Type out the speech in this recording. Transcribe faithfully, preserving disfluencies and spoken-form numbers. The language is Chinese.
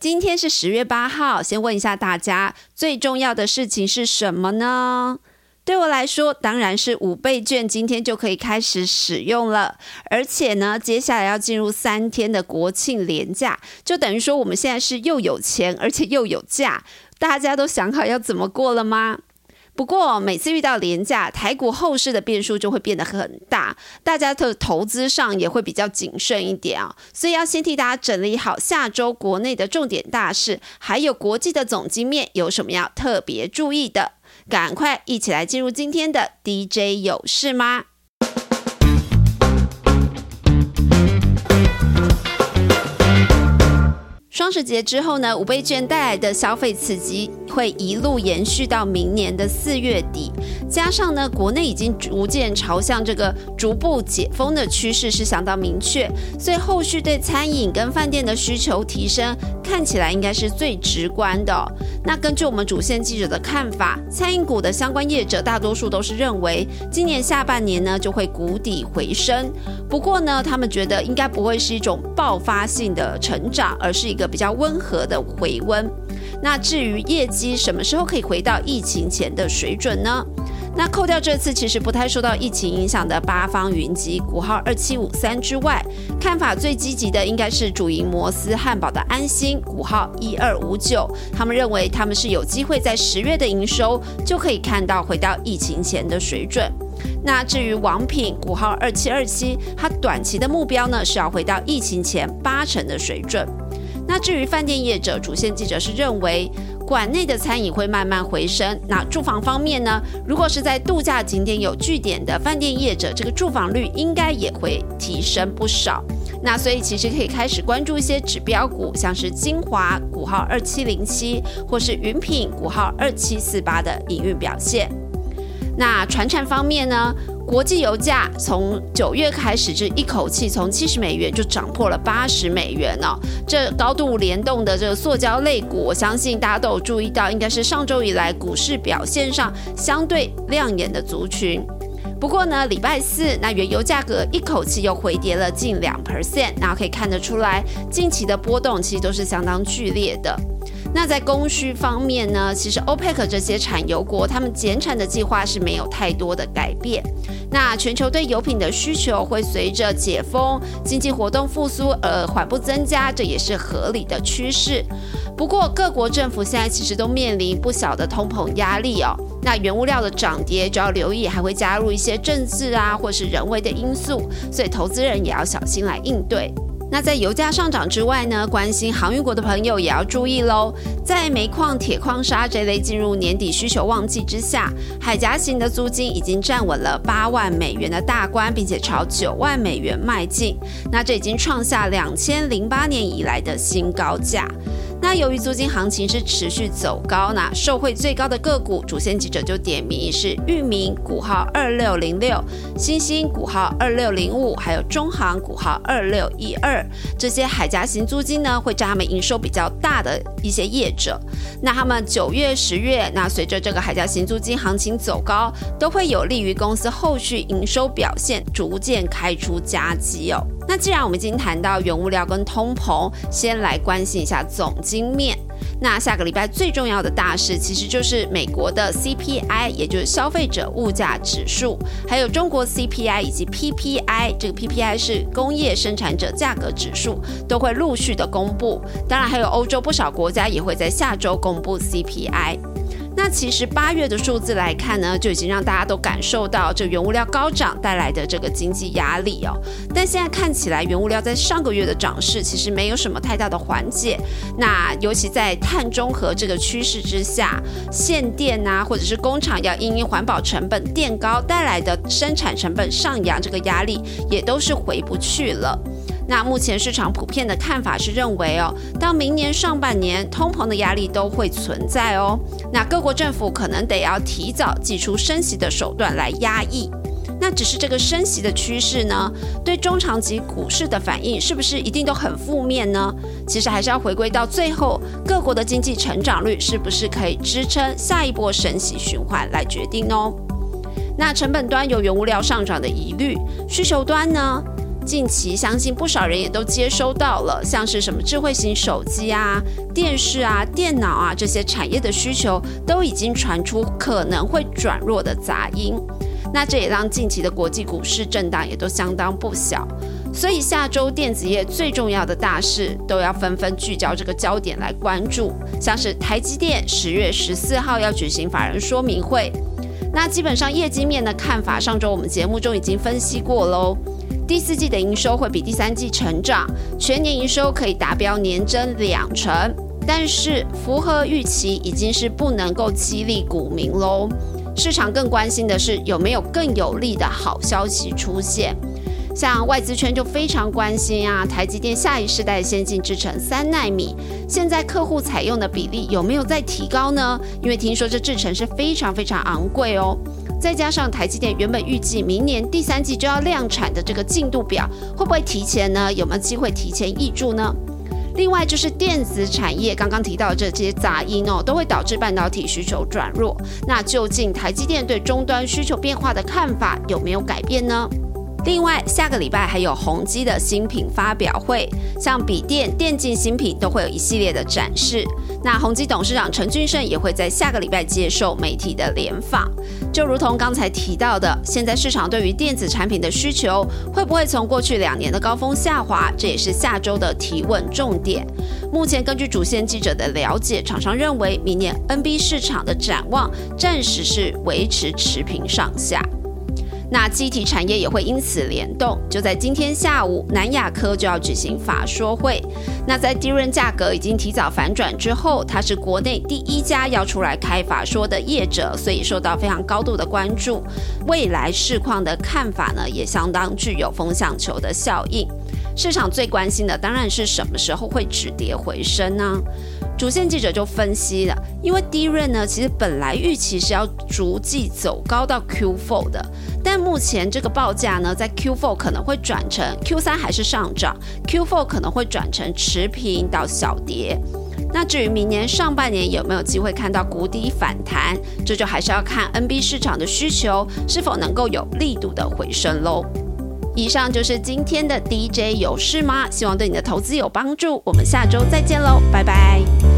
今天是十月八号，先问一下大家，最重要的事情是什么呢？对我来说，当然是五倍券今天就可以开始使用了，而且呢，接下来要进入三天的国庆连假，就等于说我们现在是又有钱，而且又有假。大家都想好要怎么过了吗？不过每次遇到连假，台股后市的变数就会变得很大，大家的投资上也会比较谨慎一点啊，所以要先替大家整理好下周国内的重点大事，还有国际的总经面有什么要特别注意的。赶快一起来进入今天的 D J 有事吗？双十节之后呢，五倍券带来的消费刺激会一路延续到明年的四月底，加上呢，国内已经逐渐朝向这个逐步解封的趋势是相当明确，所以后续对餐饮跟饭店的需求提升，看起来应该是最直观的哦。那根据我们主线记者的看法，餐饮股的相关业者大多数都是认为，今年下半年呢就会谷底回升。不过呢，他们觉得应该不会是一种爆发性的成长，而是一个比较温和的回温。那至于业绩什么时候可以回到疫情前的水准呢？那扣掉这次其实不太受到疫情影响的八方云集股号二七五三之外，看法最积极的应该是主营摩斯汉堡的安心股号一二五九，他们认为他们是有机会在十月的营收就可以看到回到疫情前的水准。那至于王品股号二七二七，它短期的目标呢是要回到疫情前八成的水准。那至于饭店业者，主线记者是认为馆内的餐饮会慢慢回升。那住房方面呢，如果是在度假景点有据点的饭店业者，这个住房率应该也会提升不少。那所以其实可以开始关注一些指标股，像是精华股号二七零七，或是云品股号二七四八的营运表现。那传产方面呢，国际油价从九月开始就一口气从七十美元就涨破了八十美元哦。这高度联动的这个塑胶类股，我相信大家都有注意到，应该是上周以来股市表现上相对亮眼的族群。不过呢，礼拜四那原油价格一口气又回跌了近 百分之二， 那可以看得出来，近期的波动其实都是相当剧烈的。那在供需方面呢，其实 O P E C 这些产油国他们减产的计划是没有太多的改变。那全球对油品的需求会随着解封、经济活动复苏而缓步增加，这也是合理的趋势。不过各国政府现在其实都面临不小的通膨压力哦。那原物料的涨跌就要留意，还会加入一些政治啊或是人为的因素，所以投资人也要小心来应对。那在油价上涨之外呢，关心航运国的朋友也要注意咯。在煤矿、铁矿砂这类进入年底需求旺季之下，海峡型的租金已经站稳了八万美元的大关，并且朝九万美元迈进。那这已经创下两千零八年以来的新高价。那由于租金行情是持续走高，那受惠最高的个股，主线记者就点名是裕民股号二六零六、新兴股号二六零五，还有中航股号二六一二。这些海峡型租金呢，会占他们营收比较大的一些业者。那他们九月、十月，那随着这个海峡型租金行情走高，都会有利于公司后续营收表现逐渐开出佳绩哦。那既然我们已经谈到原物料跟通膨，先来关心一下总经面。那下个礼拜最重要的大事其实就是美国的 C P I， 也就是消费者物价指数，还有中国 C P I 以及 P P I， 这个 P P I 是工业生产者价格指数，都会陆续的公布。当然还有欧洲不少国家也会在下周公布 C P I。那其实八月的数字来看呢，就已经让大家都感受到这原物料高涨带来的这个经济压力哦。但现在看起来，原物料在上个月的涨势其实没有什么太大的缓解。那尤其在碳中和这个趋势之下，限电啊，或者是工厂要因应环保成本垫高带来的生产成本上扬，这个压力也都是回不去了。那目前市场普遍的看法是认为哦，到明年上半年通膨的压力都会存在哦。那各国政府可能得要提早祭出升息的手段来压抑。那只是这个升息的趋势呢，对中长期股市的反应是不是一定都很负面呢？其实还是要回归到最后各国的经济成长率是不是可以支撑下一波升息循环来决定哦。那成本端有原物料上涨的疑虑，需求端呢？ 近期相信不少人也都接收到了，像是什么智慧型手机啊、电视啊、电脑啊这些产业的需求都已经传出可能会转弱的杂音。那这也让近期的国际股市震荡也都相当不小。所以下周电子业最重要的大事都要纷纷聚焦这个焦点来关注，像是台积电十月十四号要举行法人说明会。那基本上业绩面的看法，上周我们节目中已经分析过喽。第四季的营收会比第三季成长，全年营收可以达标年增两成，但是符合预期已经是不能够激励股民喽。市场更关心的是有没有更有利的好消息出现。像外资圈就非常关心啊，台积电下一世代先进制程三奈米，现在客户采用的比例有没有在提高呢？因为听说这制程是非常非常昂贵哦。再加上台积电原本预计明年第三季就要量产的这个进度表，会不会提前呢？有没有机会提前挹注呢？另外就是电子产业，刚刚提到的这些杂音哦，都会导致半导体需求转弱。那究竟台积电对终端需求变化的看法有没有改变呢？另外，下个礼拜还有宏基的新品发表会，像笔电、电竞新品都会有一系列的展示。那宏基董事长陈俊盛也会在下个礼拜接受媒体的联访。就如同刚才提到的，现在市场对于电子产品的需求会不会从过去两年的高峰下滑，这也是下周的提问重点。目前根据主线记者的了解，厂商认为明年 N B 市场的展望暂时是维持持平上下。那记忆体产业也会因此联动，就在今天下午，南亚科就要举行法说会。那在D R A M价格已经提早反转之后，它是国内第一家要出来开法说的业者，所以受到非常高度的关注。未来市况的看法呢，也相当具有风向球的效应。市场最关心的当然是什么时候会止跌回升呢？主线记者就分析了，因为 D R A M 呢，其实本来预期是要逐季走高到 Q 四 的，但目前这个报价呢，在 Q 四 可能会转成 Q 三 还是上涨 ，Q 四 可能会转成持平到小跌。那至于明年上半年有没有机会看到谷底反弹，这就还是要看 N B 市场的需求是否能够有力度的回升喽。以上就是今天的 D J 有事吗？希望对你的投资有帮助。我们下周再见喽，拜拜。